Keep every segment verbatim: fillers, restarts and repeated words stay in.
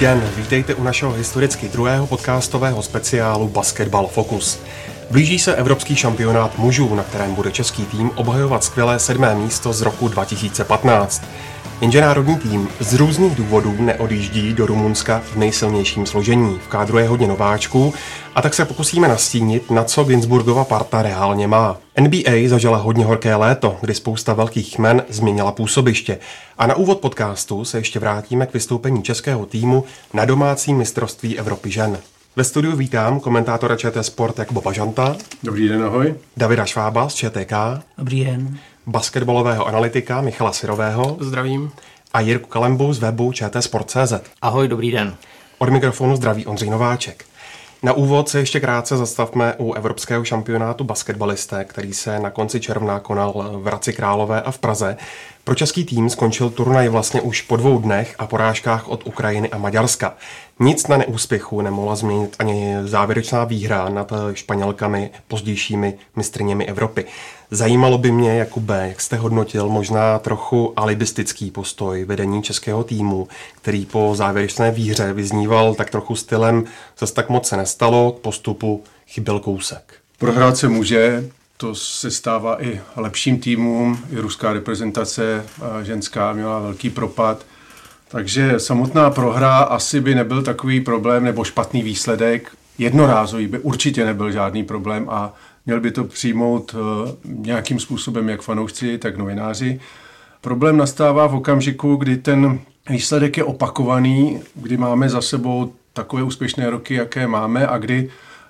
den, vítejte u našeho historicky druhého podcastového speciálu Basketball Focus. Blíží se evropský šampionát mužů, na kterém bude český tým obhajovat skvělé sedmé místo z roku dva tisíce patnáct. Jenže národní tým z různých důvodů neodjíždí do Rumunska v nejsilnějším složení. V kádru je hodně nováčků a tak se pokusíme nastínit, na co Günzburgova parta reálně má. N B A zažila hodně horké léto, kdy spousta velkých jmen změnila působiště. A na úvod podcastu se ještě vrátíme k vystoupení českého týmu na domácím mistrovství Evropy žen. Ve studiu vítám komentátora Č T Sport Jakuba Bažanta. Dobrý den, ahoj. Davida Švába z Č T K. Dobrý den. Basketbalového analytika Michala Syrového. Zdravím. A Jirku Kalembu z webu Č T Sport tečka cé zet. Ahoj, dobrý den. Od mikrofonu zdraví Ondřej Nováček. Na úvod se ještě krátce zastavme u evropského šampionátu basketbalistek, který se na konci června konal v Hradci Králové a v Praze. Pro český tým skončil turnaj vlastně už po dvou dnech a porážkách od Ukrajiny a Maďarska. Nic na neúspěchu nemohla změnit ani závěrečná výhra nad Španělkami, pozdějšími mistryněmi Evropy. Zajímalo by mě, Jakube, jak jste hodnotil možná trochu alibistický postoj vedení českého týmu, který po závěrečné výhře vyzníval tak trochu stylem zas tak moc se nestalo, k postupu chyběl kousek. Prohrát se může, to se stává i lepším týmům, i ruská reprezentace ženská měla velký propad, takže samotná prohra asi by nebyl takový problém nebo špatný výsledek. Jednorázový by určitě nebyl žádný problém a měl by to přijmout nějakým způsobem jak fanoušci, tak novináři. Problém nastává v okamžiku, kdy ten výsledek je opakovaný, kdy máme za sebou takové úspěšné roky, jaké máme a kdy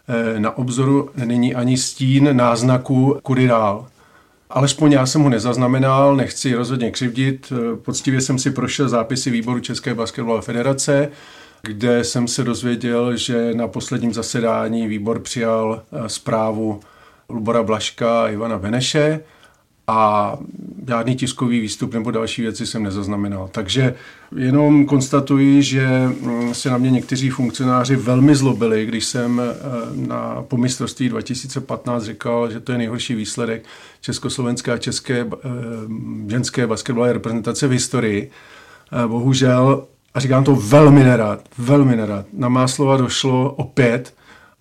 na obzoru není ani stín náznaku kudy dál. Alespoň já jsem ho nezaznamenal, nechci rozhodně křivdit. Poctivě jsem si prošel zápisy výboru České basketbalové federace, kde jsem se dozvěděl, že na posledním zasedání výbor přijal zprávu Lubora Blažka a Ivana Beneše a žádný tiskový výstup nebo další věci jsem nezaznamenal. Takže jenom konstatuji, že se na mě někteří funkcionáři velmi zlobili, když jsem na po mistrovství dva tisíce patnáct říkal, že to je nejhorší výsledek československé a české ženské basketbalové reprezentace v historii. Bohužel, a říkám to velmi nerad, velmi nerad, na má slova došlo opět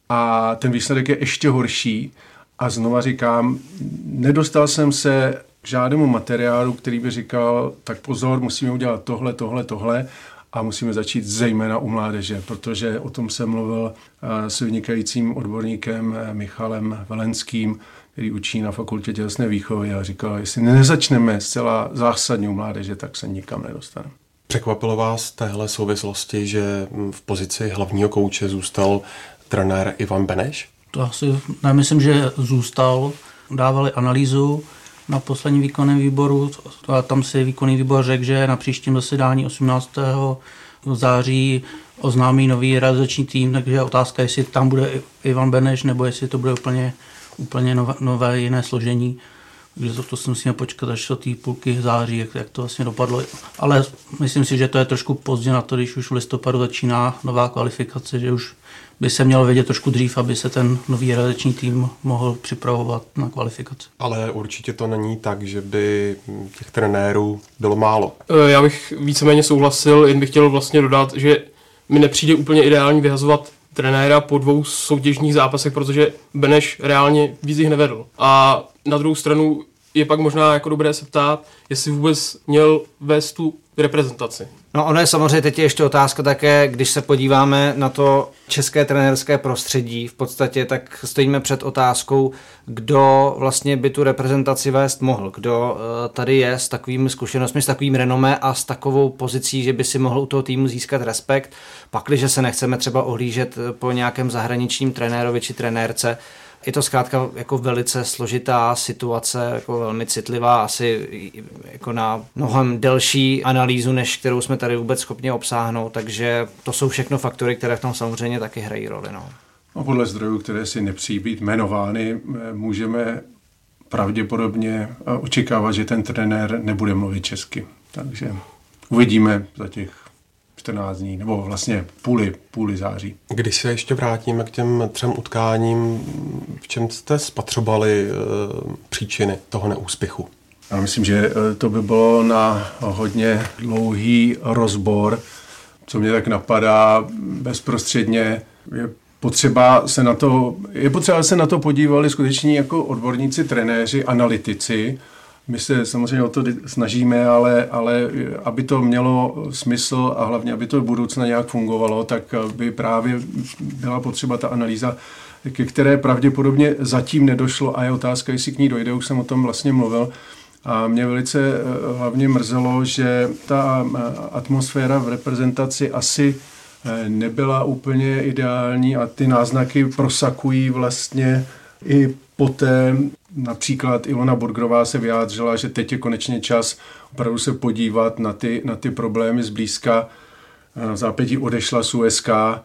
a ten výsledek je ještě horší. A znova říkám, nedostal jsem se k žádnému materiálu, který by říkal, tak pozor, musíme udělat tohle, tohle, tohle a musíme začít zejména u mládeže, protože o tom jsem mluvil s vynikajícím odborníkem Michalem Velenským, který učí na fakultě tělesné výchovy a říkal, jestli nezačneme zcela zásadně u mládeže, tak se nikam nedostaneme. Překvapilo vás v téhle souvislosti, že v pozici hlavního kouče zůstal trenér Ivan Beneš? To asi nemyslím, že zůstal. Dávali analýzu na posledním výkonném výboru a tam si výkonný výbor řekl, že na příštím zasedání osmnáctého září oznámí nový realizační tým, takže otázka, jestli tam bude Ivan Beneš nebo jestli to bude úplně, úplně nové, nové jiné složení. Takže to, to si musíme počkat až do té půlky září, jak, jak to vlastně dopadlo. Ale myslím si, že to je trošku pozdě na to, když už v listopadu začíná nová kvalifikace, že už by se mělo vědět trošku dřív, aby se ten nový realizační tým mohl připravovat na kvalifikaci. Ale určitě to není tak, že by těch trenérů bylo málo. Já bych víceméně souhlasil, jen bych chtěl vlastně dodat, že mi nepřijde úplně ideální vyhazovat trenéra po dvou soutěžních zápasech, protože Beneš reálně víc jich nevedl. A na druhou stranu je pak možná jako dobré se ptát, jestli vůbec měl vést tu reprezentaci. No ono je samozřejmě teď ještě otázka také, když se podíváme na to české trenérské prostředí, v podstatě tak stojíme před otázkou, kdo vlastně by tu reprezentaci vést mohl, kdo tady je s takovými zkušenostmi, s takovým renomé a s takovou pozicí, že by si mohl u toho týmu získat respekt, pakliže se nechceme třeba ohlížet po nějakém zahraničním trenérovi či trenérce. Je to zkrátka jako velice složitá situace, jako velmi citlivá, asi jako na mnohem delší analýzu, než kterou jsme tady vůbec schopni obsáhnout, takže to jsou všechno faktory, které v tom samozřejmě taky hrají roli. No. A podle zdrojů, které si nepřijí být jmenovány, můžeme pravděpodobně očekávat, že ten trenér nebude mluvit česky. Takže uvidíme za těch čtrnáct dní, nebo vlastně půli, půli září. Když se ještě vrátíme k těm třem utkáním, v čem jste spatřovali e, příčiny toho neúspěchu? Já myslím, že to by bylo na hodně dlouhý rozbor. co mě tak napadá bezprostředně, je potřeba se na to, je potřeba se na to podívali skutečně jako odborníci, trenéři, analytici. My se samozřejmě o to snažíme, ale, ale aby to mělo smysl a hlavně, aby to v budoucna nějak fungovalo, tak by právě byla potřeba ta analýza, ke které pravděpodobně zatím nedošlo a je otázka, jestli k ní dojde, už jsem o tom vlastně mluvil. A mě velice hlavně mrzelo, že ta atmosféra v reprezentaci asi nebyla úplně ideální a ty náznaky prosakují vlastně i poté. Například Ilona Borgrová se vyjádřila, že teď je konečně čas opravdu se podívat na ty, na ty problémy zblízka. V zápětí odešla z U S K.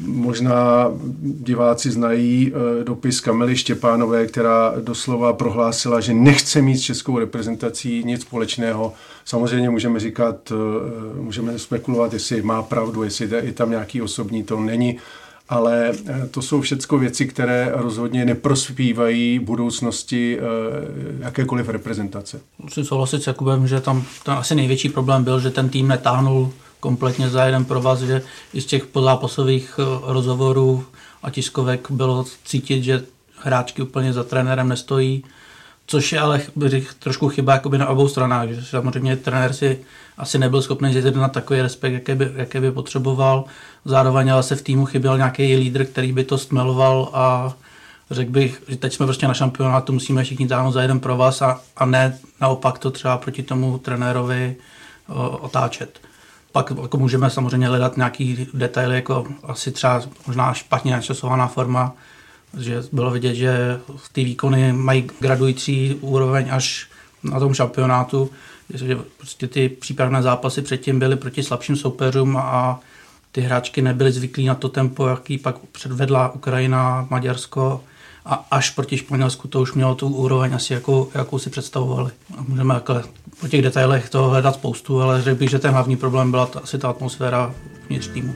Možná diváci znají dopis Kamily Štěpánové, která doslova prohlásila, že nechce mít s českou reprezentací nic společného. Samozřejmě můžeme říkat, můžeme spekulovat, jestli má pravdu, jestli je tam nějaký osobní tón, není, ale to jsou všechno věci, které rozhodně neprospívají budoucnosti jakékoliv reprezentace. Musím souhlasit s Jakubem, že tam ten asi největší problém byl, že ten tým netáhnul kompletně za jeden provaz, že i z těch pozápasových rozhovorů a tiskovek bylo cítit, že hráčky úplně za trenérem nestojí, což je ale bych trošku chyba jakoby na obou stranách, že samozřejmě trenér si asi nebyl schopný zjednat takový respekt, jaký by, jaký by potřeboval, zároveň ale se v týmu chyběl nějaký lídr, který by to stmeloval a řekl bych, že teď jsme prostě na šampionátu, musíme všichni táhnout za jeden provaz a, a ne naopak to třeba proti tomu trenérovi o, otáčet. Pak jako můžeme samozřejmě hledat nějaký detaily, jako asi třeba možná špatně načasovaná forma, že bylo vidět, že ty výkony mají gradující úroveň až na tom šampionátu, že prostě ty přípravné zápasy předtím byly proti slabším soupeřům a ty hráčky nebyly zvyklí na to tempo, jaký pak předvedla Ukrajina, Maďarsko a až proti Španělsku to už mělo tu úroveň asi, jakou, jakou si představovali. A můžeme takhle po těch detailech toho hledat spoustu, ale řekl bych, že ten hlavní problém byla ta, asi ta atmosféra vnitř týmu.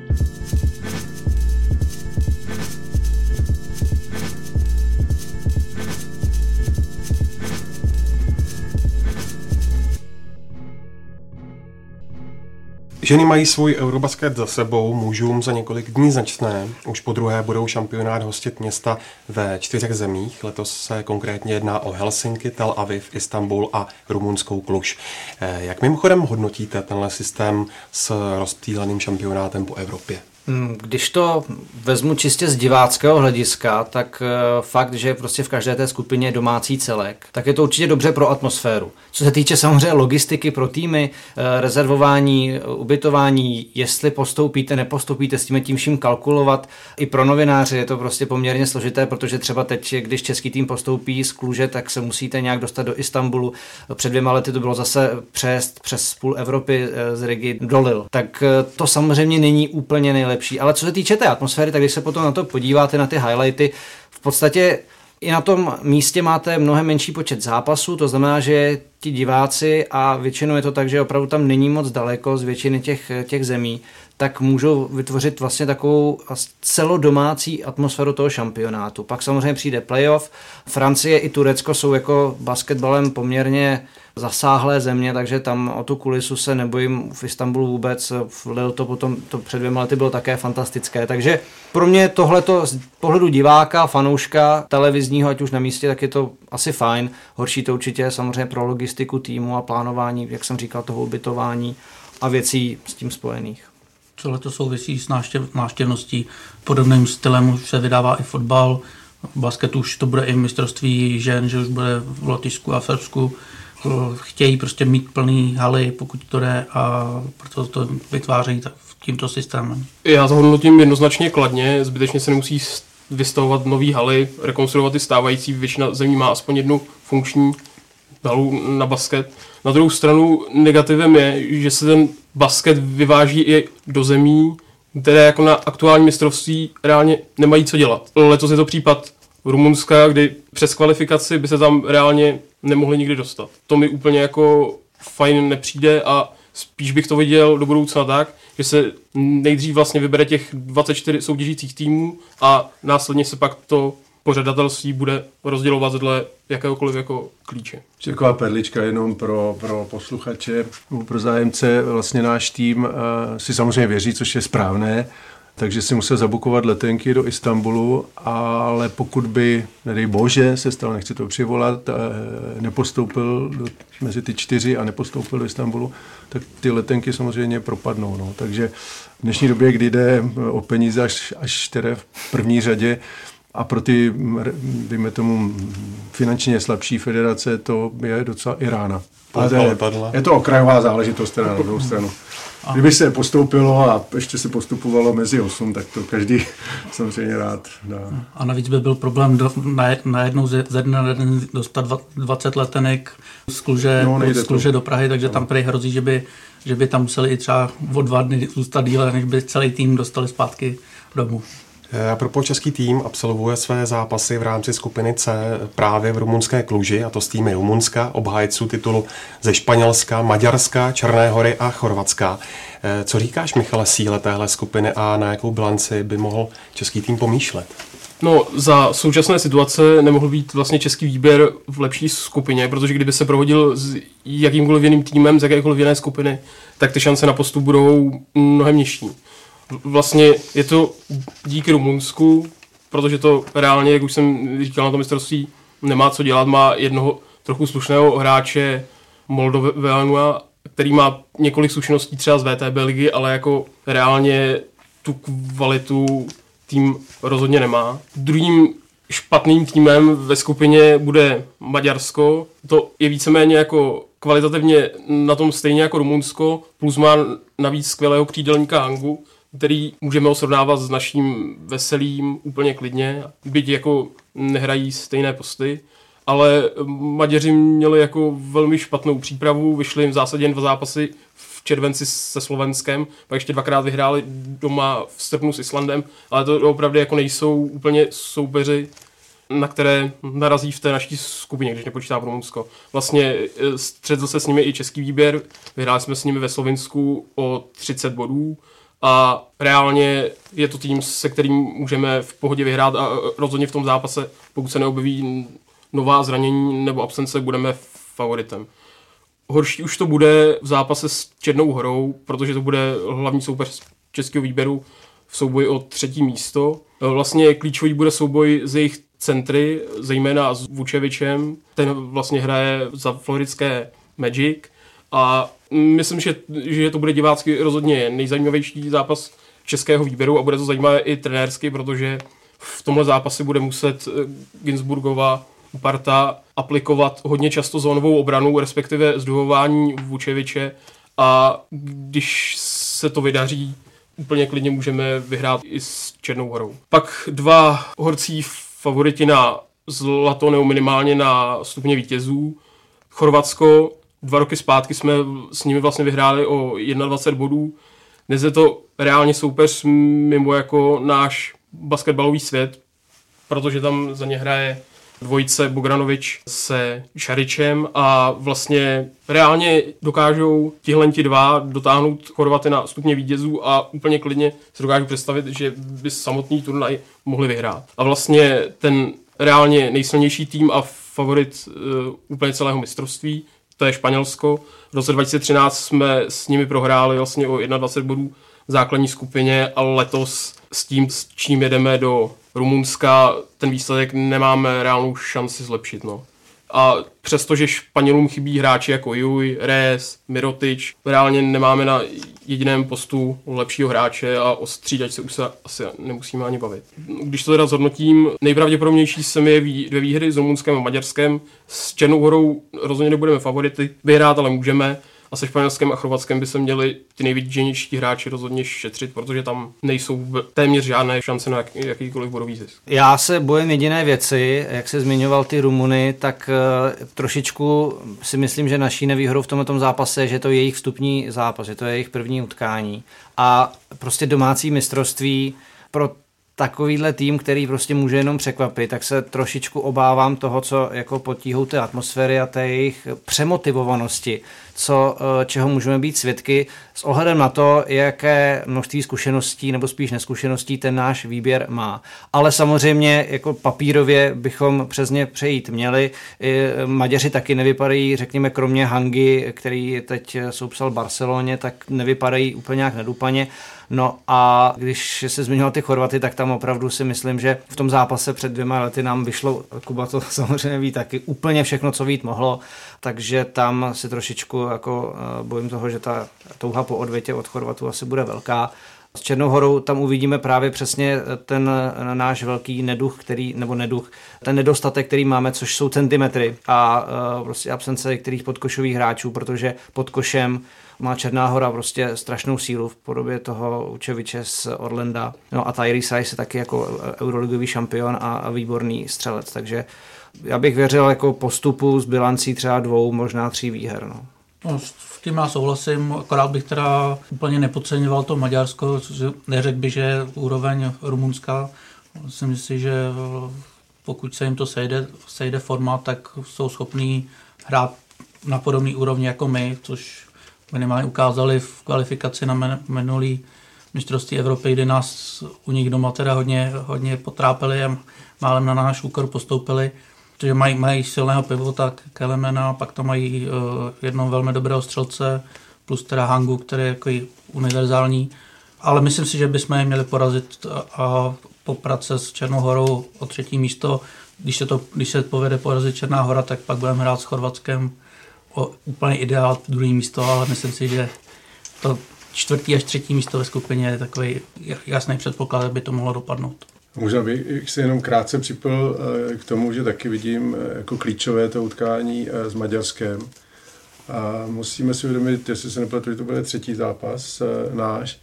Ženy mají svůj Eurobasket za sebou, mužům za několik dní začne. Už po druhé budou šampionát hostit města ve čtyřech zemích. Letos se konkrétně jedná o Helsinki, Tel Aviv, Istanbul a rumunskou Kluž. Jak mimochodem hodnotíte tenhle systém s rozptýleným šampionátem po Evropě? Když to vezmu čistě z diváckého hlediska, tak fakt, že prostě v každé té skupině je domácí celek, tak je to určitě dobře pro atmosféru. Co se týče samozřejmě logistiky pro týmy, rezervování, ubytování, jestli postoupíte, nepostoupíte, s tím tím vším kalkulovat. I pro novináře je to prostě poměrně složité, protože třeba teď, když český tým postoupí z Kluže, tak se musíte nějak dostat do Istanbulu. Před dvěma lety to bylo zase přejezd přes půl Evropy z Rigi do Lille. Tak to samozřejmě není úplně nejlepší. Lepší. Ale co se týče té atmosféry, tak když se potom na to podíváte, na ty highlighty, v podstatě i na tom místě máte mnohem menší počet zápasů, to znamená, že ti diváci, a většinou je to tak, že opravdu tam není moc daleko z většiny těch, těch zemí, tak můžou vytvořit vlastně takovou celodomácí atmosféru toho šampionátu. Pak samozřejmě přijde playoff. Francie i Turecko jsou jako basketbalem poměrně zasáhlé země, takže tam o tu kulisu se nebojím v Istanbulu vůbec. V Lille to potom to před dvěma lety bylo také fantastické. Takže pro mě tohleto z pohledu diváka, fanouška televizního, ať už na místě, tak je to asi fajn. Horší to určitě samozřejmě pro logistiku týmu a plánování, jak jsem říkal, toho ubytování a věcí s tím spojených. Celé to souvisí s návštěv, návštěvností. Podobným stylem už se vydává i fotbal. V basketu už to bude i mistrovství žen, že už bude v Lotyšsku a v Srbsku. Chtějí prostě mít plný haly, pokud to jde, a proto to vytvářejí tímto systémem. Já to hodnotím jednoznačně kladně. Zbytečně se nemusí vystavovat nový haly, rekonstruovat ty stávající. Většina zemí má aspoň jednu funkční halu na basket. Na druhou stranu negativem je, že se ten basket vyváží i do zemí, které jako na aktuální mistrovství reálně nemají co dělat. Letos je to případ Rumunska, kdy přes kvalifikaci by se tam reálně nemohli nikdy dostat. To mi úplně jako fajn nepřijde a spíš bych to viděl do budoucna tak, že se nejdřív vlastně vybere těch dvacet čtyři soutěžících týmů a následně se pak to pořadatelství bude rozdělovat dle jakéhokoliv jako klíče. Taková perlička jenom pro, pro posluchače, pro zájemce. Vlastně náš tým uh, si samozřejmě věří, což je správné, takže si musel zabukovat letenky do Istanbulu, ale pokud by, nedej bože, se stalo, nechci to přivolat, uh, nepostoupil do, mezi ty čtyři a nepostoupil do Istanbulu, tak ty letenky samozřejmě propadnou. No. Takže v dnešní době, kdy jde o peníze až, až tedy v první řadě, a pro ty, dejme tomu, finančně slabší federace to je docela i rána. Ale to je, je to okrajová záležitost teda na druhou stranu. Kdyby se postoupilo a ještě se postupovalo mezi osm, tak to každý samozřejmě rád dá. A navíc by byl problém do, na, na jednou ze, ze dne na den dostat dvacet letenek z Kluže, no, z Kluže do Prahy, takže no. Tam prý hrozí, že by, že by tam museli i třeba o dva dny zůstat díle, než by celý tým dostali zpátky domů. A propos český tým absolvuje své zápasy v rámci skupiny C právě v rumunské Kluži, a to s týmy Rumunska, obhájců titulu ze Španělska, Maďarska, Černé Hory a Chorvatska. Co říkáš, Michale, síle téhle skupiny a na jakou bilanci by mohl český tým pomýšlet? No, za současné situace nemohl být vlastně český výběr v lepší skupině, protože kdyby se prohodil s jakýmkoliv jiným týmem z jakékoliv jiné skupiny, tak ty šance na postup budou mnohem nižší. Vlastně je to díky Rumunsku, protože to reálně, jak už jsem říkal, na tom mistrovství nemá co dělat, má jednoho trochu slušného hráče Moldovana, který má několik zkušeností třeba z V T B ligy, ale jako reálně tu kvalitu tým rozhodně nemá. Druhým špatným týmem ve skupině bude Maďarsko. To je víceméně jako kvalitativně na tom stejně jako Rumunsko, plus má navíc skvělého křídelníka Hangu, který můžeme ho srovnávat s naším Veselým úplně klidně, byť jako nehrají stejné posty, ale Maďaři měli jako velmi špatnou přípravu, vyšli jim v zásadě jen dva zápasy v červenci se Slovenskem, pak ještě dvakrát vyhráli doma v srpnu s Islandem, ale to opravdu jako nejsou úplně soupeři, na které narazí v té naší skupině, když nepočítám Rumunsko. Vlastně střetl se s nimi i český výběr, vyhráli jsme s nimi ve Slovinsku o třicet bodů, a reálně je to tým, se kterým můžeme v pohodě vyhrát a rozhodně v tom zápase, pokud se neobjeví nová zranění nebo absence, budeme favoritem. Horší už to bude v zápase s Černou Horou, protože to bude hlavní soupeř českého výběru v souboji o třetí místo. Vlastně klíčový bude souboj z jejich centry, zejména s Vučevičem. Ten vlastně hraje za floridské Magic. A myslím, že, že to bude divácky rozhodně nejzajímavější zápas českého výběru a bude to zajímavé i trenérsky, protože v tomhle zápase bude muset Ginzburgova parta aplikovat hodně často zónovou obranu, respektive zduhování Vučeviče, a když se to vydaří, úplně klidně můžeme vyhrát i s Černou Horou. Pak dva horcí favoriti na zlato nebo minimálně na stupně vítězů. Chorvatsko. Dva roky zpátky jsme s nimi vlastně vyhráli o dvacet jedna bodů. Dnes je to reálně soupeř mimo jako náš basketbalový svět, protože tam za ně hraje dvojice Bogranovič se Šaričem a vlastně reálně dokážou tihlenti dva dotáhnout Chorvaty na stupně vítězů a úplně klidně se dokážu představit, že by samotný turnaj mohli vyhrát. A vlastně ten reálně nejsilnější tým a favorit uh, úplně celého mistrovství, to je Španělsko. V roce dva tisíce třináct jsme s nimi prohráli vlastně o dvacet jedna bodů v základní skupině, ale letos s tím, s čím jedeme do Rumunska, ten výsledek nemáme reálnou šanci zlepšit. No. A přestože Španělům chybí hráči jako Juj, Reyes, Mirotič, reálně nemáme na jediném postu lepšího hráče a o střídač se už se asi nemusíme ani bavit. Když to teda zhodnotím, nejpravděpodobnější se mi je dvě výhry s Rumunskem a Maďarskem. S Černou Horou rozhodně nebudeme favority, vyhrát ale můžeme. A se Španělskem a Chorvatskem by se měli ty nejvytíženější hráči rozhodně šetřit, protože tam nejsou téměř žádné šance na jakýkoliv bodový zisk. Já se bojím jediné věci, jak se zmiňoval ty Rumuny, tak uh, trošičku si myslím, že naší nevýhodou v tomto zápase, že to je jejich vstupní zápas, že to je jejich první utkání. A prostě domácí mistrovství pro takovýhle tým, který prostě může jenom překvapit, tak se trošičku obávám toho, co jako potíhou té atmosféry a té jejich přemotivovanosti, co, čeho můžeme být svědky s ohledem na to, jaké množství zkušeností nebo spíš neskušeností ten náš výběr má. Ale samozřejmě jako papírově bychom přes ně přejít měli. Maďaři taky nevypadají, řekněme, kromě Hangy, který teď soupsal Barceloně, tak nevypadají úplně nějak nedupaně. No a když se zmiňoval ty Chorvaty, tak tam opravdu si myslím, že v tom zápase před dvěma lety nám vyšlo, Kuba to samozřejmě ví taky, úplně všechno, co vít mohlo, takže tam si trošičku jako bojím toho, že ta touha po odvětě od Chorvatů asi bude velká. S Černou Horou tam uvidíme právě přesně ten náš velký neduch, který, nebo neduch, ten nedostatek, který máme, což jsou centimetry a uh, prostě absence některých podkošových hráčů, protože pod košem má Černá Hora prostě strašnou sílu v podobě toho Učeviče z Orlanda. No a Tyrese je taky jako euroligový šampion a výborný střelec, takže já bych věřil jako postupu s bilancí třeba dvou, možná tří výher. No. No, s tím já souhlasím, akorát bych teda úplně nepodceňoval to Maďarsko, neřekl bych, že úroveň Rumunska, myslím si, že pokud se jim to sejde, sejde forma, tak jsou schopní hrát na podobný úrovni jako my, což minimálně ukázali v kvalifikaci na minulý mistrovství Evropy, kdy nás u nich doma teda hodně, hodně potrápili a málem na náš úkor postoupili. Protože mají, mají silného pivota Kelemena, pak tam mají uh, jednoho velmi dobrého střelce, plus teda Hangu, který je jako univerzální. Ale myslím si, že bychom je měli porazit a poprat se s Černou Horou o třetí místo. Když se, to, když se povede porazit Černá Hora, tak pak budeme hrát s Chorvatskem o úplně ideál druhý místo, ale myslím si, že to čtvrtý až třetí místo ve skupině je takový jasný předpoklad, aby to mohlo dopadnout. Možná bych si jenom krátce připojil k tomu, že taky vidím jako klíčové to utkání s Maďarskem. A musíme si uvědomit, jestli se nepletu, že to bude třetí zápas náš,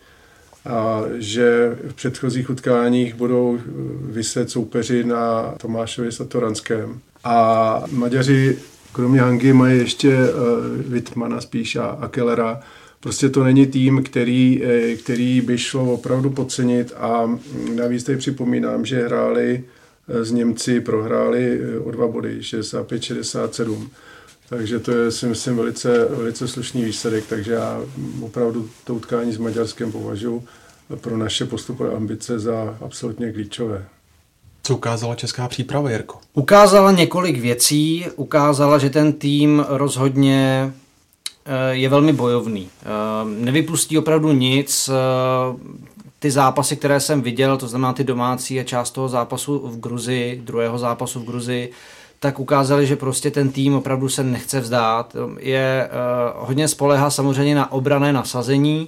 a že v předchozích utkáních budou vyset soupeři na Tomášovi Satoranském. A Maďaři kromě Hangy mají ještě Wittmana spíš a Kellera. Prostě to není tým, který, který by šlo opravdu podcenit a navíc tady připomínám, že hráli s Němci, prohráli o dva body, šedesát pět šedesát sedm. Takže to je, si myslím, velice, velice slušný výsledek, takže já opravdu to utkání s Maďarskem považuji pro naše postupové ambice za absolutně klíčové. Co ukázala česká příprava, Jirko? Ukázala několik věcí, ukázala, že ten tým rozhodně je velmi bojovný. Nevypustí opravdu nic. Ty zápasy, které jsem viděl, to znamená ty domácí a část toho zápasu v Gruzii, druhého zápasu v Gruzii, tak ukázali, že prostě ten tým opravdu se nechce vzdát. Je hodně spoléhá samozřejmě na obranné nasazení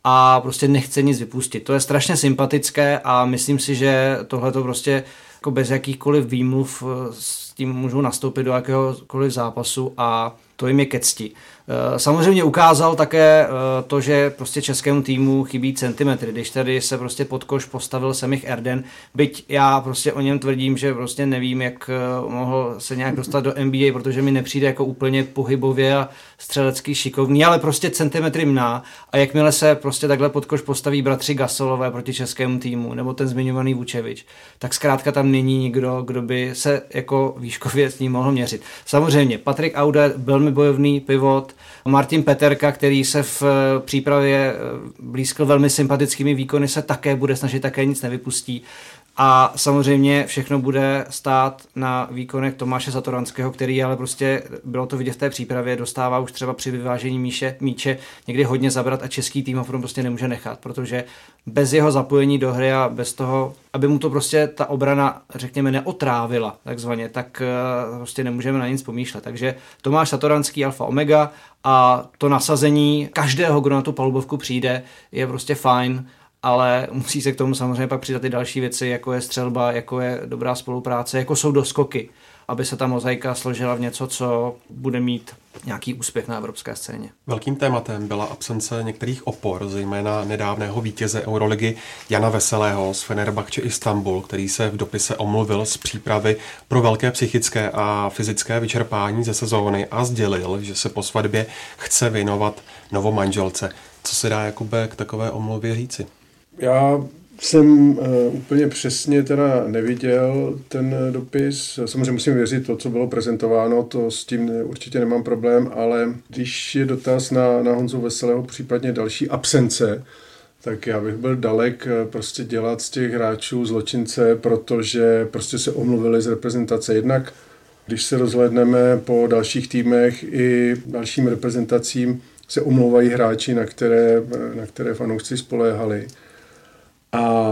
a prostě nechce nic vypustit. To je strašně sympatické a myslím si, že tohle to prostě jako bez jakýchkoliv výmluv s tím můžou nastoupit do jakéhokoliv zápasu a to jim je ke cti. Samozřejmě ukázal také to, že prostě českému týmu chybí centimetry, když tady se prostě pod koš postavil Semih Erden, byť já prostě o něm tvrdím, že prostě nevím, jak mohl se nějak dostat do N B A, protože mi nepřijde jako úplně pohybově a střelecky šikovný, ale prostě centimetry mná a jakmile se prostě takhle pod koš postaví bratři Gasolové proti českému týmu, nebo ten zmiňovaný Vučevič, tak zkrátka tam není nikdo, kdo by se jako výškově s ním mohl měřit. Samozřejmě Patrik Aude, velmi bojovný pivot, Martin Peterka, který se v přípravě blízkl velmi sympatickými výkony, se také bude snažit, také nic nevypustí. A samozřejmě všechno bude stát na výkonech Tomáše Satoranského, který ale prostě, bylo to vidět v té přípravě, dostává už třeba při vyvážení míče, míče někdy hodně zabrat a český tým ho prostě nemůže nechat, protože bez jeho zapojení do hry a bez toho, aby mu to prostě ta obrana, řekněme, neotrávila takzvaně, tak prostě nemůžeme na nic pomýšlet. Takže Tomáš Satoranský alfa omega a to nasazení každého, kdo na tu palubovku přijde, je prostě fajn, ale musí se k tomu samozřejmě pak přidat i další věci, jako je střelba, jako je dobrá spolupráce, jako jsou doskoky, aby se ta mozaika složila v něco, co bude mít nějaký úspěch na evropské scéně. Velkým tématem byla absence některých opor, zejména nedávného vítěze Euroligy Jana Veselého z Fenerbahče Istanbul, který se v dopise omluvil z přípravy pro velké psychické a fyzické vyčerpání ze sezóny a sdělil, že se po svatbě chce věnovat novomanželce. Co se dá, Jakube, k takové omluvě říci? Já jsem uh, úplně přesně teda neviděl ten dopis. Samozřejmě musím věřit to, co bylo prezentováno, to s tím určitě nemám problém, ale když je dotaz na, na Honzu Veselého, případně další absence, tak já bych byl dalek prostě dělat z těch hráčů zločince, protože prostě se omluvili z reprezentace. Jednak, když se rozhlédneme po dalších týmech i dalším reprezentacím, se omlouvají hráči, na které, na které fanoušci spoléhali. A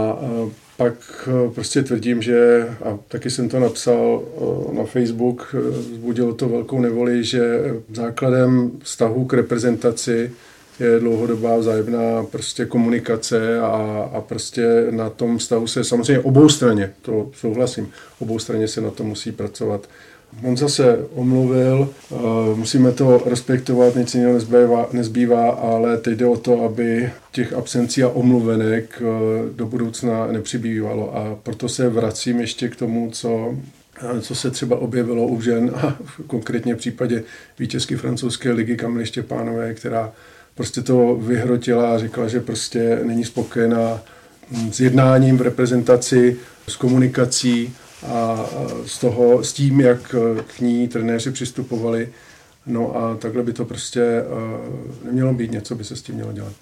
pak prostě tvrdím, že, a taky jsem to napsal na Facebook, vzbudilo to velkou nevoli, že základem vztahu k reprezentaci je dlouhodobá vzájemná prostě komunikace a, a prostě na tom vztahu se samozřejmě obou straně, to souhlasím, obou straně se na to musí pracovat. Honza se omluvil, musíme to respektovat, nic jiného nezbývá, nezbývá, ale teď jde o to, aby těch absencí a omluvenek do budoucna nepřibývalo. A proto se vracím ještě k tomu, co, co se třeba objevilo u žen, a konkrétně v případě vítězky francouzské ligy Kamily Štěpánové, která prostě to vyhrotila a říkala, že prostě není spokojená s jednáním v reprezentaci, s komunikací, a z toho, s tím, jak k ní trenéři přistupovali. No a takhle by to prostě nemělo být, něco by se s tím mělo dělat.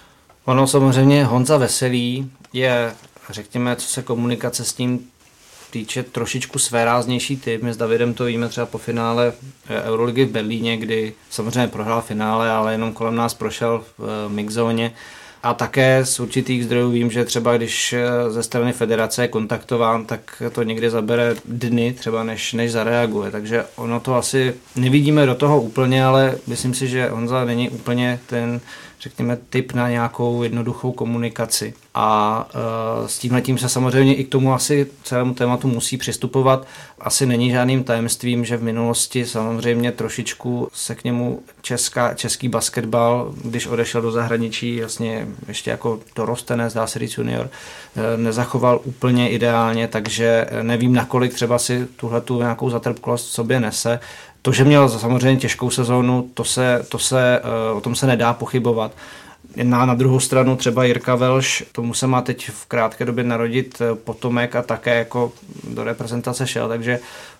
Ono samozřejmě Honza Veselý je, řekněme, co se komunikace s ním týče, trošičku svéráznější typ. My s Davidem to víme třeba po finále Euroligy v Berlíně, kdy samozřejmě prohrál finále, ale jenom kolem nás prošel v mixzóně. A také z určitých zdrojů vím, že třeba když ze strany federace je kontaktován, tak to někdy zabere dny třeba, než, než zareaguje. Takže ono to asi nevidíme do toho úplně, ale myslím si, že Honza není úplně ten, řekněme, typ na nějakou jednoduchou komunikaci. A e, s tímhletím se samozřejmě i k tomu asi celému tématu musí přistupovat. Asi není žádným tajemstvím, že v minulosti samozřejmě trošičku se k němu česká, český basketbal, když odešel do zahraničí, jasně ještě jako dorostené, zdá se říct junior, e, nezachoval úplně ideálně, takže nevím, nakolik třeba si tuhletu nějakou zatrpklost v sobě nese. To, že měl samozřejmě těžkou sezónu, to se, to se, o tom se nedá pochybovat. Na, na druhou stranu třeba Jirka Velš, tomu se má teď v krátké době narodit potomek a také jako do reprezentace šel, takže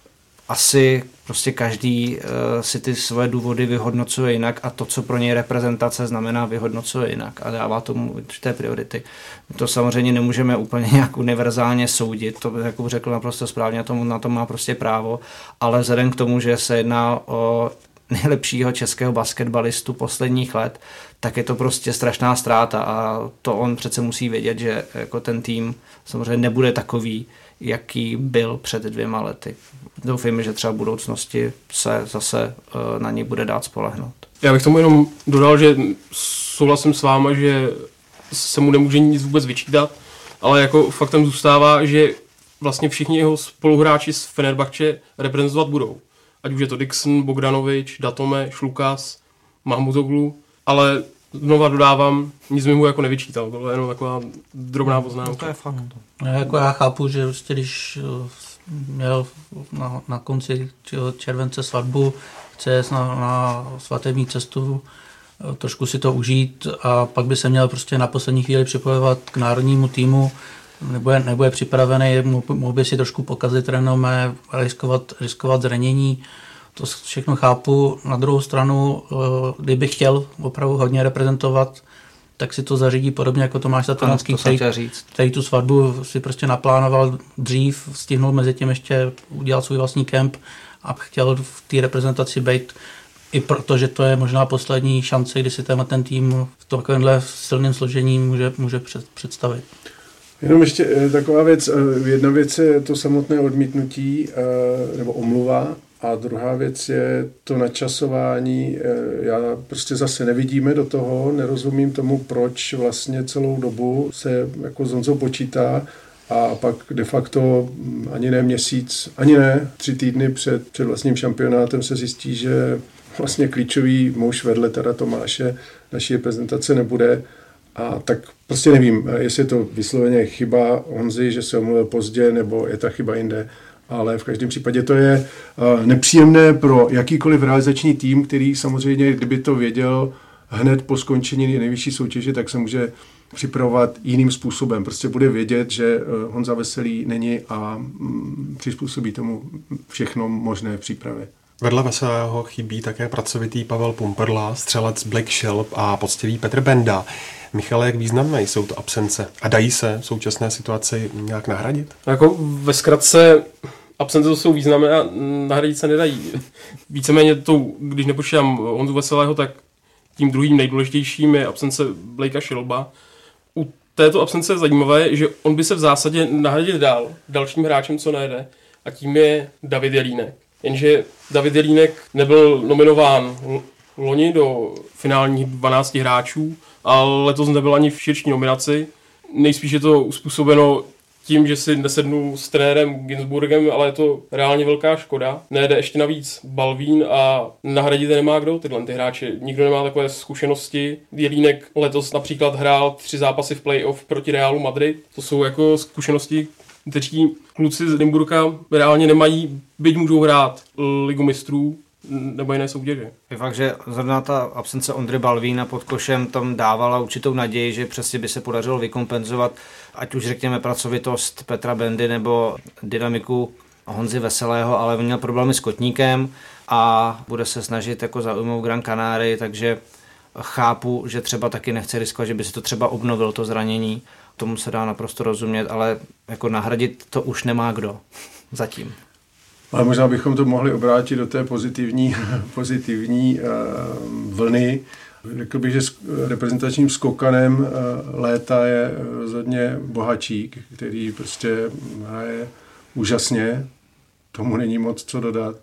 asi prostě každý uh, si ty své důvody vyhodnocuje jinak a to, co pro něj reprezentace znamená, vyhodnocuje jinak a dává tomu určité priority. My to samozřejmě nemůžeme úplně nějak univerzálně soudit, to jako řekl naprosto správně, tomu, na to má prostě právo, ale vzhledem k tomu, že se jedná o nejlepšího českého basketbalistu posledních let, tak je to prostě strašná ztráta a to on přece musí vědět, že jako ten tým samozřejmě nebude takový, jaký byl před dvěma lety. Doufejme, že třeba v budoucnosti se zase na něj bude dát spolehnout. Já bych tomu jenom dodal, že souhlasím s váma, že se mu nemůže nic vůbec vyčítat, ale jako faktem zůstává, že vlastně všichni jeho spoluhráči z Fenerbahče reprezentovat budou. Ať už je to Dixon, Bogdanovič, Datome, Šlukas, Mahmutoglu, ale znova dodávám, nic mi mu jako nevyčítal, to je jenom taková drobná poznámka. No to je fakt. No, jako já chápu, že prostě, když měl na, na konci července svatbu, chce jet na, na svatební cestu, trošku si to užít a pak by se měl prostě na poslední chvíli připojovat k národnímu týmu, nebude, nebude připravený, mohl by si trošku pokazit renomé, riskovat, riskovat zranění. To všechno chápu. Na druhou stranu, kdyby chtěl opravdu hodně reprezentovat, tak si to zařídí podobně jako Tomáš Satoranský, který, který tu svatbu si prostě naplánoval dřív, stihnul mezi tím ještě udělat svůj vlastní kemp a chtěl v té reprezentaci být, i protože to je možná poslední šance, kdy si ten, ten tým v takovémhle silném složení může, může představit. Jenom ještě taková věc. Jedna věc je to samotné odmítnutí nebo omluva a druhá věc je to načasování. Já prostě zase nevidíme do toho, nerozumím tomu, proč vlastně celou dobu se jako s Honzou počítá a pak de facto ani ne měsíc, ani ne tři týdny před, před vlastním šampionátem se zjistí, že vlastně klíčový muž vedle teda Tomáše naší reprezentace nebude. A tak prostě nevím, jestli je to vysloveně chyba Honzy, že se omluvil pozdě, nebo je ta chyba jinde. Ale v každém případě to je nepříjemné pro jakýkoliv realizační tým, který samozřejmě, kdyby to věděl hned po skončení nejvyšší soutěže, tak se může připravovat jiným způsobem. Prostě bude vědět, že Honza Veselý není a přizpůsobí tomu všechno možné v přípravě. Vedle Veselého chybí také pracovitý Pavel Pumperla, střelec Blake Shelp a poctivý Petr Benda. Michale, jak významné jsou to absence a dají se v současné situaci nějak nahradit? Jako ve zkratce absence to jsou významné a nahradit se nedají. Víceméně to, když nepočítám Honzu Veselého, tak tím druhým nejdůležitějším je absence Blakea Shelba. U této absence je zajímavé, že on by se v zásadě nahradit dal dalším hráčem, co nejde, a tím je David Jelínek. Jenže David Jelínek nebyl nominován loni do finálních dvanácti hráčů, ale letos nebyl ani v širší nominaci. Nejspíš je to uspůsobeno tím, že si nesednu s trenérem Ginsburgem, ale je to reálně velká škoda. Nejde ještě navíc Balvín a nahradit nemá kdo tyhle ty hráče. Nikdo nemá takové zkušenosti. Jelínek letos například hrál tři zápasy v playoff proti Realu Madrid. To jsou jako zkušenosti, kteří kluci z Nymburka reálně nemají, byť můžou hrát Ligu mistrů nebo jiné soutěže. Je fakt, že zrovna ta absence Ondry Balvína pod košem tam dávala určitou naději, že přesně by se podařilo vykompenzovat, ať už řekněme pracovitost Petra Bendy nebo dynamiku Honzy Veselého, ale on měl problémy s kotníkem a bude se snažit jako zaujmout Gran Canaria, takže chápu, že třeba taky nechce riskovat, že by si to třeba obnovil to zranění. Tomu se dá naprosto rozumět, ale jako nahradit to už nemá kdo zatím. Ale možná bychom to mohli obrátit do té pozitivní, pozitivní uh, vlny. Řekl bych, že reprezentačním skokanem uh, léta je rozhodně Bohačík, který prostě hraje úžasně, tomu není moc co dodat.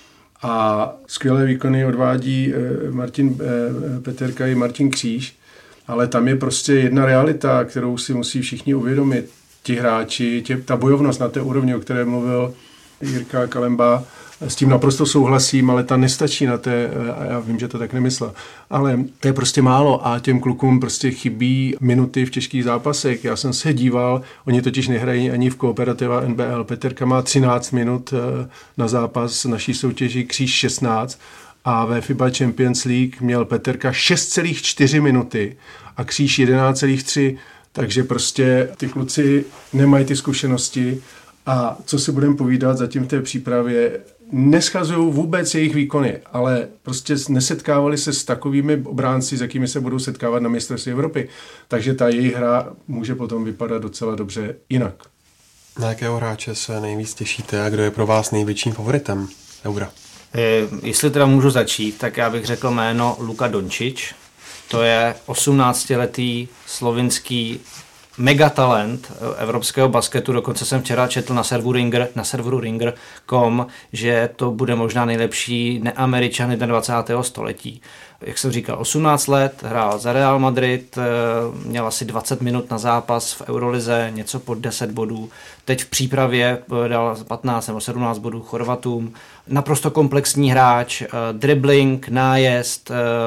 A skvělé výkony odvádí uh, Martin uh, Peterka i Martin Kříž, ale tam je prostě jedna realita, kterou si musí všichni uvědomit. Ti hráči, tě, ta bojovnost na té úrovni, o které mluvil Jirka Kalemba, s tím naprosto souhlasím, ale ta nestačí na té, a já vím, že to tak nemyslel, ale to je prostě málo a těm klukům prostě chybí minuty v těžkých zápasech. Já jsem se díval, oni totiž nehrají ani v Kooperativa N B L. Peterka má třináct minut na zápas naší soutěži, Kříž šestnáct a ve FIBA Champions League měl Peterka šest celá čtyři minuty a Kříž jedenáct celá tři, takže prostě ty kluci nemají ty zkušenosti. A co si budeme povídat zatím v té přípravě, neschazují vůbec jejich výkony, ale prostě nesetkávali se s takovými obránci, s jakými se budou setkávat na mistrovství Evropy. Takže ta jejich hra může potom vypadat docela dobře jinak. Na jakého hráče se nejvíc těšíte a kdo je pro vás největším favoritem Eura? Je, jestli teda můžu začít, tak já bych řekl jméno Luka Dončić. To je osmnáctiletý slovinský megatalent evropského basketu, dokonce jsem včera četl na serveru Ringer, na serveru Ringer tečka com, že to bude možná nejlepší neameričan dvacátého století. Jak jsem říkal, osmnáct let, hrál za Real Madrid, měl asi dvacet minut na zápas v Eurolize, něco pod deset bodů. Teď v přípravě dal patnáct nebo sedmnáct bodů Chorvatům. Naprosto komplexní hráč, dribbling, nájezd,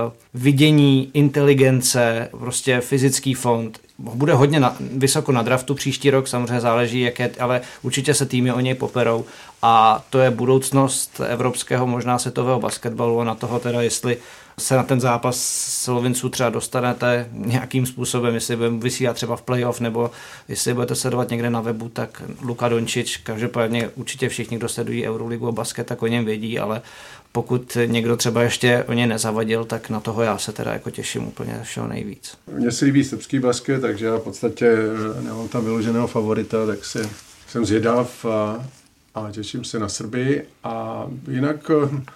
vidění, inteligence, prostě fyzický fond. Bude hodně na, vysoko na draftu příští rok, samozřejmě záleží, jak je, ale určitě se týmy o něj poperou a to je budoucnost evropského, možná světového basketbalu a na toho teda, jestli se na ten zápas Slovinců třeba dostanete nějakým způsobem, jestli budeme vysílat třeba v playoff nebo jestli budete sledovat někde na webu, tak Luka Dončić, každopádně určitě všichni, kdo sledují Euroligu a basket, tak o něm vědí, ale pokud někdo třeba ještě o něj nezavadil, tak na toho já se teda jako těším úplně všeho nejvíc. Mně se líbí srbský basket, takže já v podstatě nemám tam vyloženého favorita, tak si, jsem zvědav a, a těším se na Srby a jinak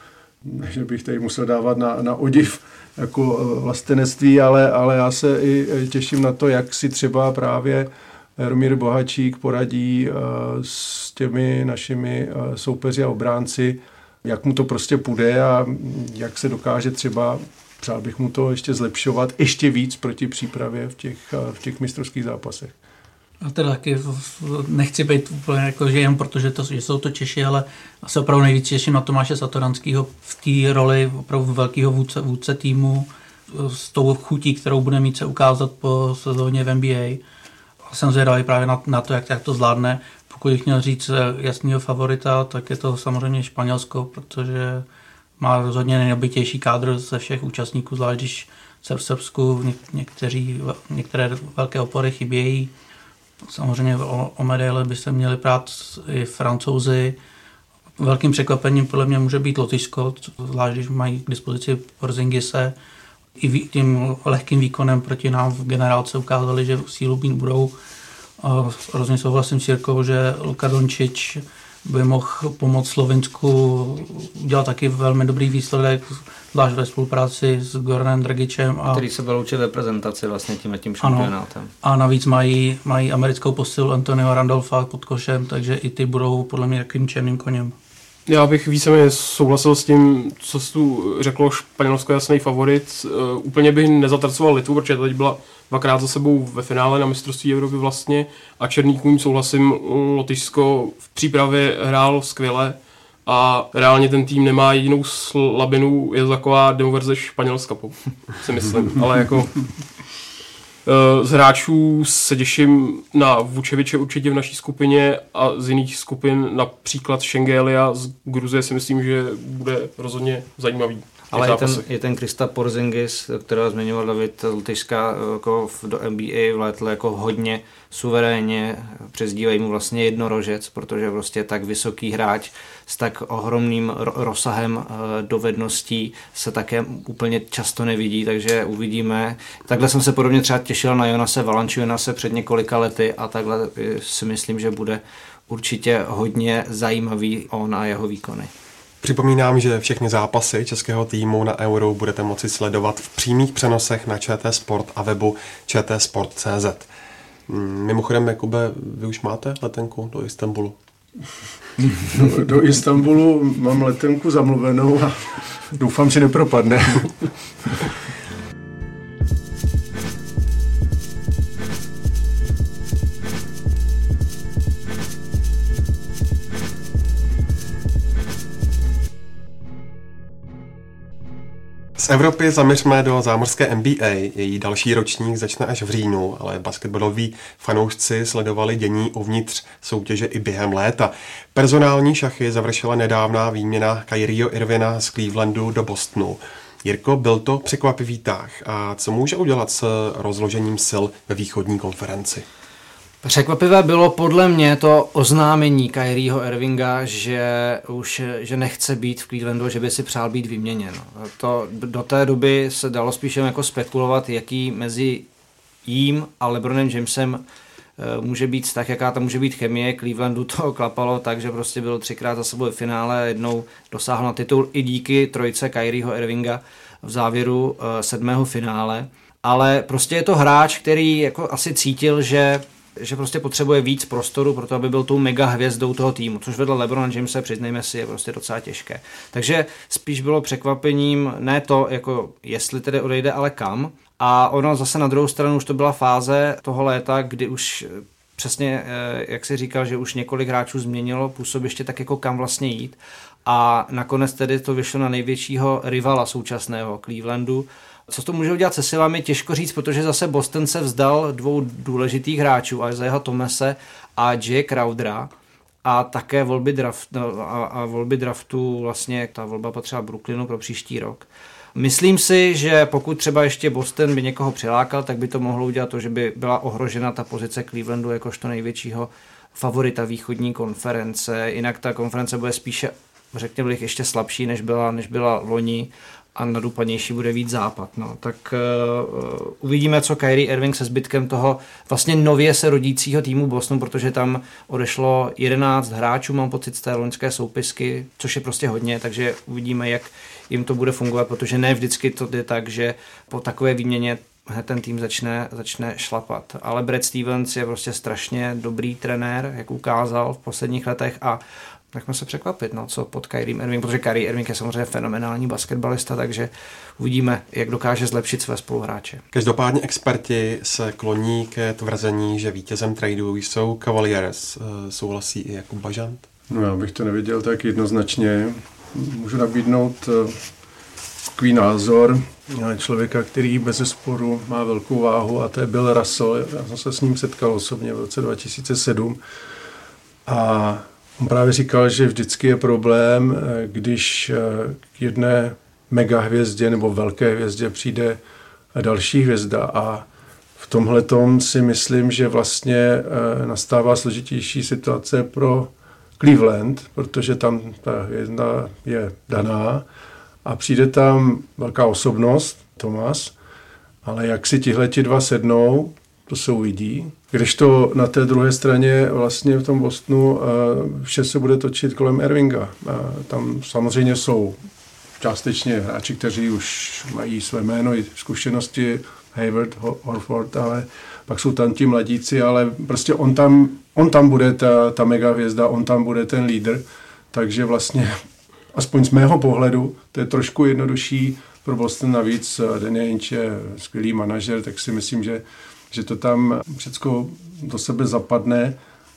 ne, že bych tady musel dávat na, na odiv jako vlastenectví, ale, ale já se i těším na to, jak si třeba právě Jaromír Bohačík poradí uh, s těmi našimi uh, soupeři a obránci, jak mu to prostě půjde a jak se dokáže třeba, přál bych mu to ještě zlepšovat ještě víc proti přípravě v těch, uh, v těch mistrovských zápasech. A teda taky nechci být úplně jako, že jen protože to, že jsou to Češi, ale asi opravdu nejvíc těším na Tomáše Satoranského v té roli opravdu velkého vůdce, vůdce týmu s tou chutí, kterou bude mít se ukázat po sezóně v N B A. A jsem zvědavý právě na, na to, jak, jak to zvládne. Pokud bych měl říct jasného favorita, tak je to samozřejmě Španělsko, protože má rozhodně nejnabitější kádr ze všech účastníků, zvlášť když se v Srbsku něk- někteří, některé velké opory chybějí. Samozřejmě o, o medaile by se měli prát i Francouzi. Velkým překvapením podle mě může být Lotyšsko, zvlášť když mají k dispozici Porzingise. I tím lehkým výkonem proti nám v generálce ukázali, že sílu mít budou. Rozhodně souhlasím s Jirkou, že Luka Dončić by mohl pomoct Slovinsku udělat taky velmi dobrý výsledek, zvlášť ve spolupráci s Goranem Dragicem. A který se vyloučil ve prezentaci vlastně tím tím šampionátem. Ano. A navíc mají, mají americkou posilu Antonio Randolfa pod košem, takže i ty budou podle mě takovým černým koněm. Já bych víceméně souhlasil s tím, co jsi tu řeklo, Španělsko jasný favorit. Uh, úplně bych nezatracoval Litvu, protože teď byla dvakrát za sebou ve finále na mistrovství Evropy vlastně a černý kůň souhlasím, Lotyšsko v přípravě hrál skvěle a reálně ten tým nemá jedinou slabinu, je to taková demoverze Španělska, si myslím, ale jako z hráčů se těším na Vučeviče určitě v naší skupině a z jiných skupin například Šengélia z Gruzie si myslím, že bude rozhodně zajímavý. Ale je ten, je ten Krista Porzingis, kterého zmiňoval David, Lotyšská jako do N B A vlétl jako hodně suverénně, přezdívají mu vlastně jednorožec, protože prostě tak vysoký hráč s tak ohromným rozsahem dovedností se také úplně často nevidí, takže uvidíme. Takhle jsem se podobně třeba těšil na Jonase Valanciunase před několika lety a takhle si myslím, že bude určitě hodně zajímavý on a jeho výkony. Připomínám, že všechny zápasy českého týmu na Euro budete moci sledovat v přímých přenosech na Č T Sport a webu č t sport tečka cé zet. Mimochodem, Jakube, vy už máte letenku do Istanbulu? Do, do Istanbulu mám letenku zamluvenou a doufám, že nepropadne. Z Evropy zaměřme do zámořské N B A. Její další ročník začne až v říjnu, ale basketbaloví fanoušci sledovali dění uvnitř soutěže i během léta. Personální šachy završila nedávná výměna Kyrieho Irvina z Clevelandu do Bostonu. Jirko, byl to překvapivý tah a co může udělat s rozložením sil ve východní konferenci? Překvapivé bylo podle mě to oznámení Kyrieho Irvinga, že už že nechce být v Clevelandu, že by si přál být vyměněn. To do té doby se dalo spíše jako spekulovat, jaký mezi jím a LeBronem Jamesem může být vztah, jaká tam může být chemie. Clevelandu to klapalo tak, že prostě byl třikrát za sebou v finále, jednou dosáhl na titul i díky trojce Kyrieho Irvinga v závěru sedmého finále. Ale prostě je to hráč, který jako asi cítil, že že prostě potřebuje víc prostoru pro to, aby byl tou mega hvězdou toho týmu, což vedle LeBrona Jamese, přiznejme si, je prostě docela těžké. Takže spíš bylo překvapením ne to, jako jestli tedy odejde, ale kam. A ono zase na druhou stranu už to byla fáze toho léta, kdy už přesně, jak si říkal, že už několik hráčů změnilo působiště, tak jako kam vlastně jít. A nakonec tedy to vyšlo na největšího rivala současného Clevelandu. Co to může udělat se silami, těžko říct, protože zase Boston se vzdal dvou důležitých hráčů, Isaiah Thomase a Jay Crowdera, a také volby, draft, a, a volby draftu, vlastně ta volba patřila Brooklynu pro příští rok. Myslím si, že pokud třeba ještě Boston by někoho přilákal, tak by to mohlo udělat to, že by byla ohrožena ta pozice Clevelandu jakožto největšího favorita východní konference. Jinak ta konference bude spíše, řekněme bych, ještě slabší, než byla, než byla loni, a nadupanější bude víc západ. No. Tak uh, uvidíme, co Kyrie Irving se zbytkem toho vlastně nově se rodícího týmu Bostonu, protože tam odešlo jedenáct hráčů, mám pocit, z té loňské soupisky, což je prostě hodně, takže uvidíme, jak jim to bude fungovat, protože ne vždycky to je tak, že po takové výměně ten tým začne, začne šlapat. Ale Brad Stevens je prostě strašně dobrý trenér, jak ukázal v posledních letech, a nechme se překvapit, no, co pod Kyriem Irving, protože Kyrie Irving je samozřejmě fenomenální basketbalista, takže uvidíme, jak dokáže zlepšit své spoluhráče. Každopádně experti se kloní ke tvrzení, že vítězem tradu jsou Cavaliers. Souhlasí i Jakub Bažant? No, já bych to neviděl tak jednoznačně. Můžu nabídnout takový názor člověka, který bezesporu má velkou váhu, a to je Bill Russell. Já jsem se s ním setkal osobně v roce dva tisíce sedm a On právě říkal, že vždycky je problém, když k jedné mega hvězdě nebo velké hvězdě přijde další hvězda a v tomhletom si myslím, že vlastně nastává složitější situace pro Cleveland, protože tam ta hvězda je daná a přijde tam velká osobnost, Thomas, ale jak si tihleti dva sednou, to se uvidí. Kdežto na té druhé straně vlastně v tom Bostonu vše se bude točit kolem Irvinga. Tam samozřejmě jsou částečně hráči, kteří už mají své jméno i zkušenosti, Hayward, Horford, ale pak jsou tam ti mladíci, ale prostě on tam, on tam bude ta, ta mega hvězda, on tam bude ten lídr, takže vlastně aspoň z mého pohledu to je trošku jednodušší pro Boston, navíc Danny Ainge je skvělý manažer, tak si myslím, že, že to tam všechno do sebe zapadne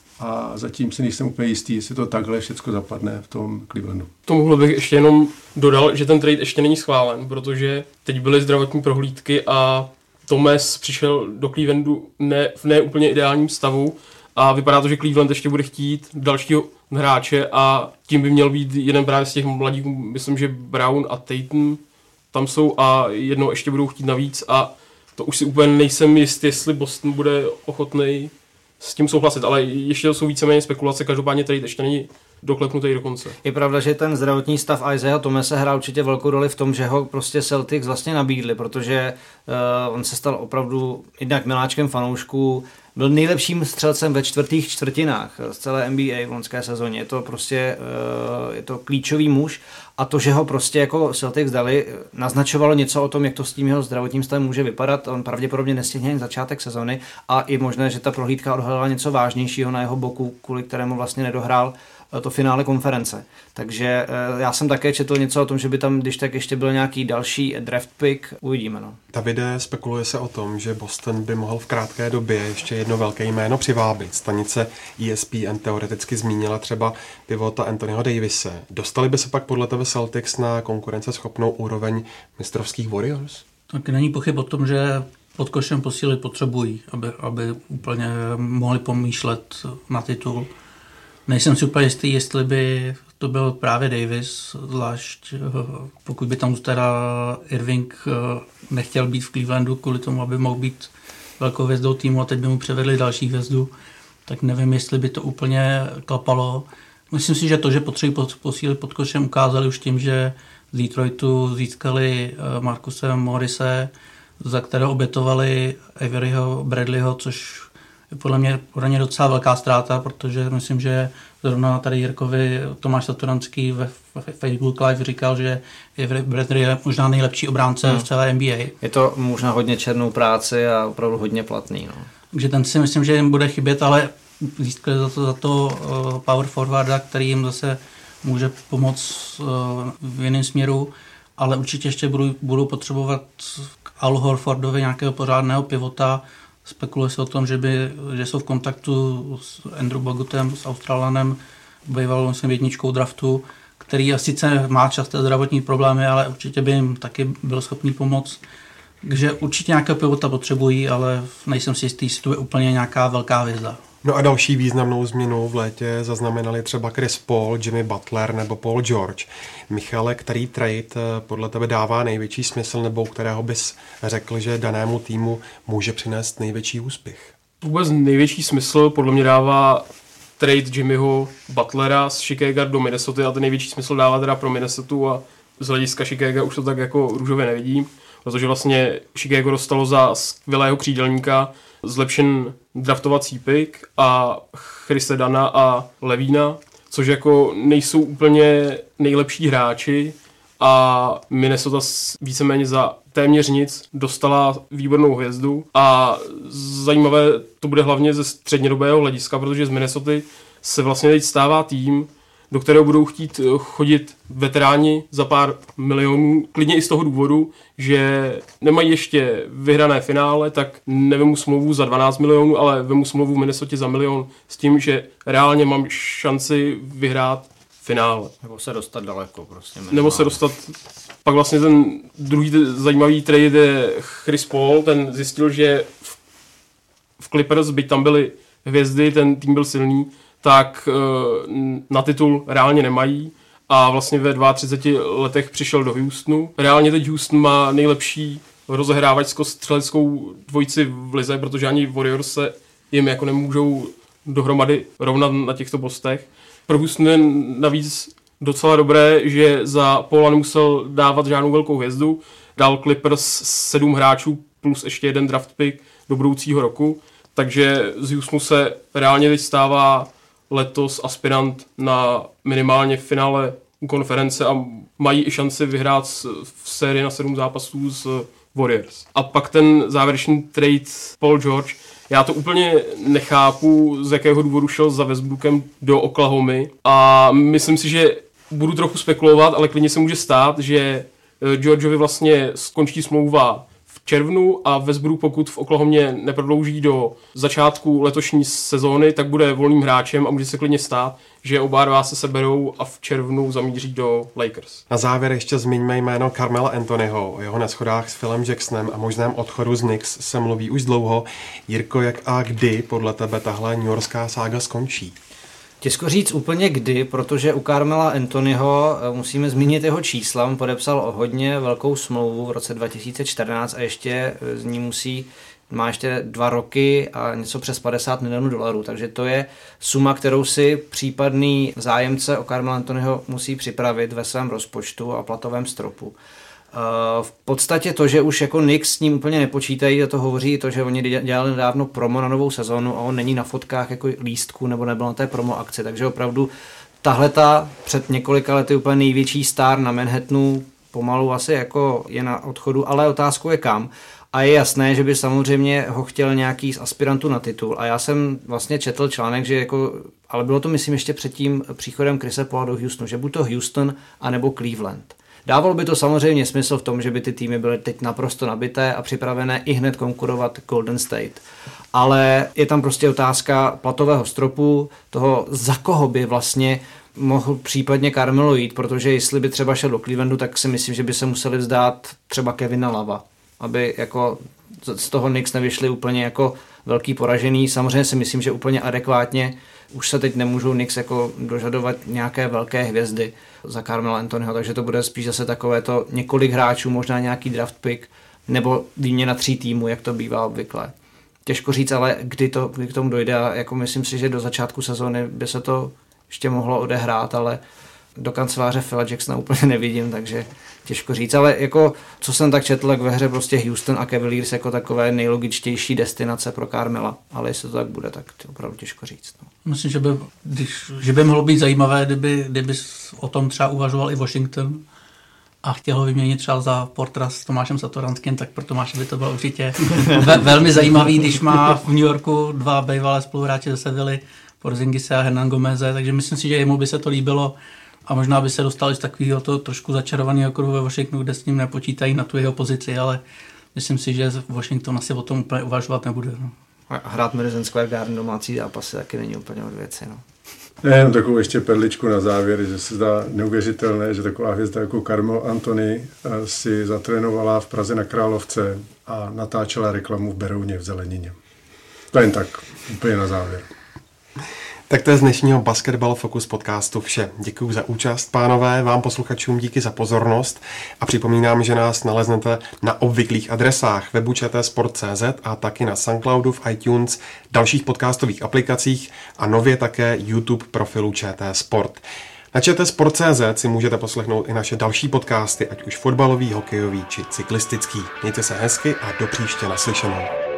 a zatím si nejsem úplně jistý, jestli to takhle všechno zapadne v tom Clevelandu. Tomuhle bych ještě jenom dodal, že ten trade ještě není schválen, protože teď byly zdravotní prohlídky a Thomas přišel do Clevelandu ne, v ne úplně ideálním stavu a vypadá to, že Cleveland ještě bude chtít dalšího hráče a tím by měl být jeden právě z těch mladíků, myslím, že Brown a Tatum tam jsou a jednou ještě budou chtít navíc a to už si úplně nejsem jist, jestli Boston bude ochotný s tím souhlasit, ale ještě to jsou víceméně spekulace, každopádně trade ještě není doklepnutý do konce. Je pravda, že ten zdravotní stav Isaiah Thomase hrál určitě velkou roli v tom, že ho prostě Celtics vlastně nabídli, protože uh, on se stal opravdu jednak miláčkem fanoušků, byl nejlepším střelcem ve čtvrtých čtvrtinách z celé N B A v loňské sezóně. Je to prostě uh, je to klíčový muž a to, že ho prostě jako Celtics dali, naznačovalo něco o tom, jak to s tím jeho zdravotním stavem může vypadat. On pravděpodobně nestihne jen začátek sezóny a i možné, že ta prohlídka odhalila něco vážnějšího na jeho boku, kvůli kterému vlastně nedohrál to finále konference. Takže já jsem také četl něco o tom, že by tam, když tak ještě byl nějaký další draft pick, uvidíme. No. Davide, spekuluje se o tom, že Boston by mohl v krátké době ještě jedno velké jméno přivábit. Stanice E S P N teoreticky zmínila třeba pivota Anthonyho Davise. Dostali by se pak podle tebe Celtics na konkurenceschopnou úroveň mistrovských Warriors? Tak není pochyb o tom, že pod košem posíly potřebují, aby, aby úplně mohli pomýšlet na titul. Nejsem si úplně jistý, jestli by to byl právě Davis, zvlášť pokud by tam teda Irving nechtěl být v Clevelandu kvůli tomu, aby mohl být velkou hvězdou týmu a teď by mu převedli další hvězdu, tak nevím, jestli by to úplně klapalo. Myslím si, že to, že potřebují posílit pod košem, ukázali už tím, že z Detroitu získali Marcuse Morrise, za které obětovali Averyho Bradleyho, což podle mě, podle mě docela velká ztráta, protože myslím, že zrovna tady Jirkovi Tomáš Saturanský ve, ve Facebook Live říkal, že Bradley je možná nejlepší obránce hmm. v celé N B A. Je to možná hodně černou práci a opravdu hodně platný. No. Takže ten si myslím, že jim bude chybět, ale získali za to, za to uh, power forwarda, který jim zase může pomoct uh, v jiném směru, ale určitě ještě budou, budou potřebovat k Al Horfordovi nějakého pořádného pivota. Spekuluje se o tom, že, by, že jsou v kontaktu s Andrew Bogutem, s Australanem, bývalou myslím jedničkou draftu, který sice má časté zdravotní problémy, ale určitě by jim taky byl schopný pomoct. Takže určitě nějakého pivota potřebují, ale nejsem si jistý, jestli to je úplně nějaká velká hvězda. No a další významnou změnu v létě zaznamenali třeba Chris Paul, Jimmy Butler nebo Paul George. Michale, který trade podle tebe dává největší smysl, nebo kterého bys řekl, že danému týmu může přinést největší úspěch? Vůbec největší smysl podle mě dává trade Jimmyho Butlera z Chicaga do Minnesota a ten největší smysl dává teda pro Minnesota a z hlediska Chicaga už to tak jako růžově nevidím, protože vlastně Chicago dostalo za skvělého křídelníka zlepšen draftovací pick a Chrise Dana a Levína, což jako nejsou úplně nejlepší hráči a Minnesota víceméně za téměř nic dostala výbornou hvězdu a zajímavé to bude hlavně ze střednědobého hlediska, protože z Minnesota se vlastně teď stává tým, do kterého budou chtít chodit veteráni za pár milionů, klidně i z toho důvodu, že nemají ještě vyhrané finále, tak nevemu smlouvu za dvanáct milionů, ale vemu smlouvu v Minnesota za milion s tím, že reálně mám šanci vyhrát finále. Nebo se dostat daleko prostě. Nebo se dostat... Pak vlastně ten druhý zajímavý trade je Chris Paul, ten zjistil, že v, v Clippers, byť tam byly hvězdy, ten tým byl silný, tak na titul reálně nemají a vlastně ve třiceti dvou letech přišel do Houstonu. Reálně teď Houston má nejlepší rozehrávačsko-střeleckou dvojici v lize, protože ani Warriors se jim jako nemůžou dohromady rovnat na těchto postech. Pro Houston je navíc docela dobré, že za Paula nemusel dávat žádnou velkou hvězdu. Dal Clippers sedm hráčů plus ještě jeden draft pick do budoucího roku. Takže z Houstonu se reálně teď stává letos aspirant na minimálně finále konference a mají i šanci vyhrát v sérii na sedm zápasů s Warriors. A pak ten závěrečný trade Paul George. Já to úplně nechápu, z jakého důvodu šel za Westbrookem do Oklahomy a myslím si, že budu trochu spekulovat, ale klidně se může stát, že Georgeovi vlastně skončí smlouva v červnu a Westbrook, pokud v Oklahomě neprodlouží do začátku letošní sezóny, tak bude volným hráčem a může se klidně stát, že oba dva se seberou a v červnu zamíří do Lakers. Na závěr ještě zmiňme jméno Carmela Anthonyho. O jeho neschodách s Philem Jacksonem a možném odchodu z Knicks se mluví už dlouho. Jirko, jak a kdy podle tebe tahle newyorská sága skončí? Těžko říct úplně kdy, protože u Carmela Anthonyho musíme zmínit jeho čísla. On podepsal hodně velkou smlouvu v roce dva tisíce čtrnáct a ještě z ní musí, má ještě dva roky a něco přes padesát milionů dolarů. Takže to je suma, kterou si případný zájemce o Carmela Anthonyho musí připravit ve svém rozpočtu a platovém stropu. V podstatě to, že už jako Knicks s ním úplně nepočítají, a to hovoří i to, že oni dělali nedávno promo na novou sezónu a on není na fotkách jako lístku nebo nebyl na té promo akci, takže opravdu tahleta před několika lety úplně největší star na Manhattanu pomalu asi jako je na odchodu, ale otázkou je kam. A je jasné, že by samozřejmě ho chtěl nějaký z aspirantů na titul. A já jsem vlastně četl článek, že jako, ale bylo to myslím ještě před tím příchodem Chrisa Paula do Houstonu, že buď to Houston, anebo Cleveland. Dávalo by to samozřejmě smysl v tom, že by ty týmy byly teď naprosto nabité a připravené i hned konkurovat Golden State. Ale je tam prostě otázka platového stropu, toho za koho by vlastně mohl případně Carmelo jít, protože jestli by třeba šel do Clevelandu, tak si myslím, že by se museli vzdát třeba Kevina Lava, aby jako z toho Knicks nevyšli úplně jako velký poražený. Samozřejmě si myslím, že úplně adekvátně už se teď nemůžou Knicks jako dožadovat nějaké velké hvězdy za Carmela Anthonyho, takže to bude spíš zase takové to několik hráčů, možná nějaký draft pick, nebo výměna tří týmů, jak to bývá obvykle. Těžko říct, ale kdy, to, kdy k tomu dojde, a jako myslím si, že do začátku sezóny by se to ještě mohlo odehrát, ale do kanceláře Phila Jacksona úplně nevidím, takže těžko říct, ale jako co jsem tak četl, tak ve hře prostě Houston a Cavaliers jako takové nejlogičtější destinace pro Carmela, ale jestli to tak bude, tak to opravdu těžko říct. No. Myslím, že by, když, že by mohlo být zajímavé, kdyby, kdyby o tom třeba uvažoval i Washington a chtěl ho vyměnit třeba za Portera s Tomášem Satoranským, tak pro Tomáše by to bylo určitě ve, velmi zajímavý, když má v New Yorku dva bývalé spoluhráče ze Sevilly, Porzingise a Hernan Gomeze, takže myslím si, že jemu by se to líbilo a možná by se dostal z takového to trošku začarovaného kruhu ve Washingtonu, kde s ním nepočítají na tu jeho pozici, ale myslím si, že Washington asi o tom úplně uvažovat nebude. No. A hrát Madison Square Garden domácí zápasy taky není úplně od věci. No. Ne, jenom takovou ještě perličku na závěr, že se zdá neuvěřitelné, že taková hvězda jako Carmelo Anthony si zatrénovala v Praze na Královce a natáčela reklamu v Berouně v Zelenině. To jen tak, úplně na závěr. Tak to je z dnešního Basketball Focus podcastu vše. Děkuji za účast, pánové, vám posluchačům díky za pozornost a připomínám, že nás naleznete na obvyklých adresách webu č t sport tečka c z a taky na Soundcloudu, v iTunes, dalších podcastových aplikacích a nově také YouTube profilu Č T Sport. Na č t sport tečka c z si můžete poslechnout i naše další podcasty, ať už fotbalový, hokejový či cyklistický. Mějte se hezky a do příště naslyšenou.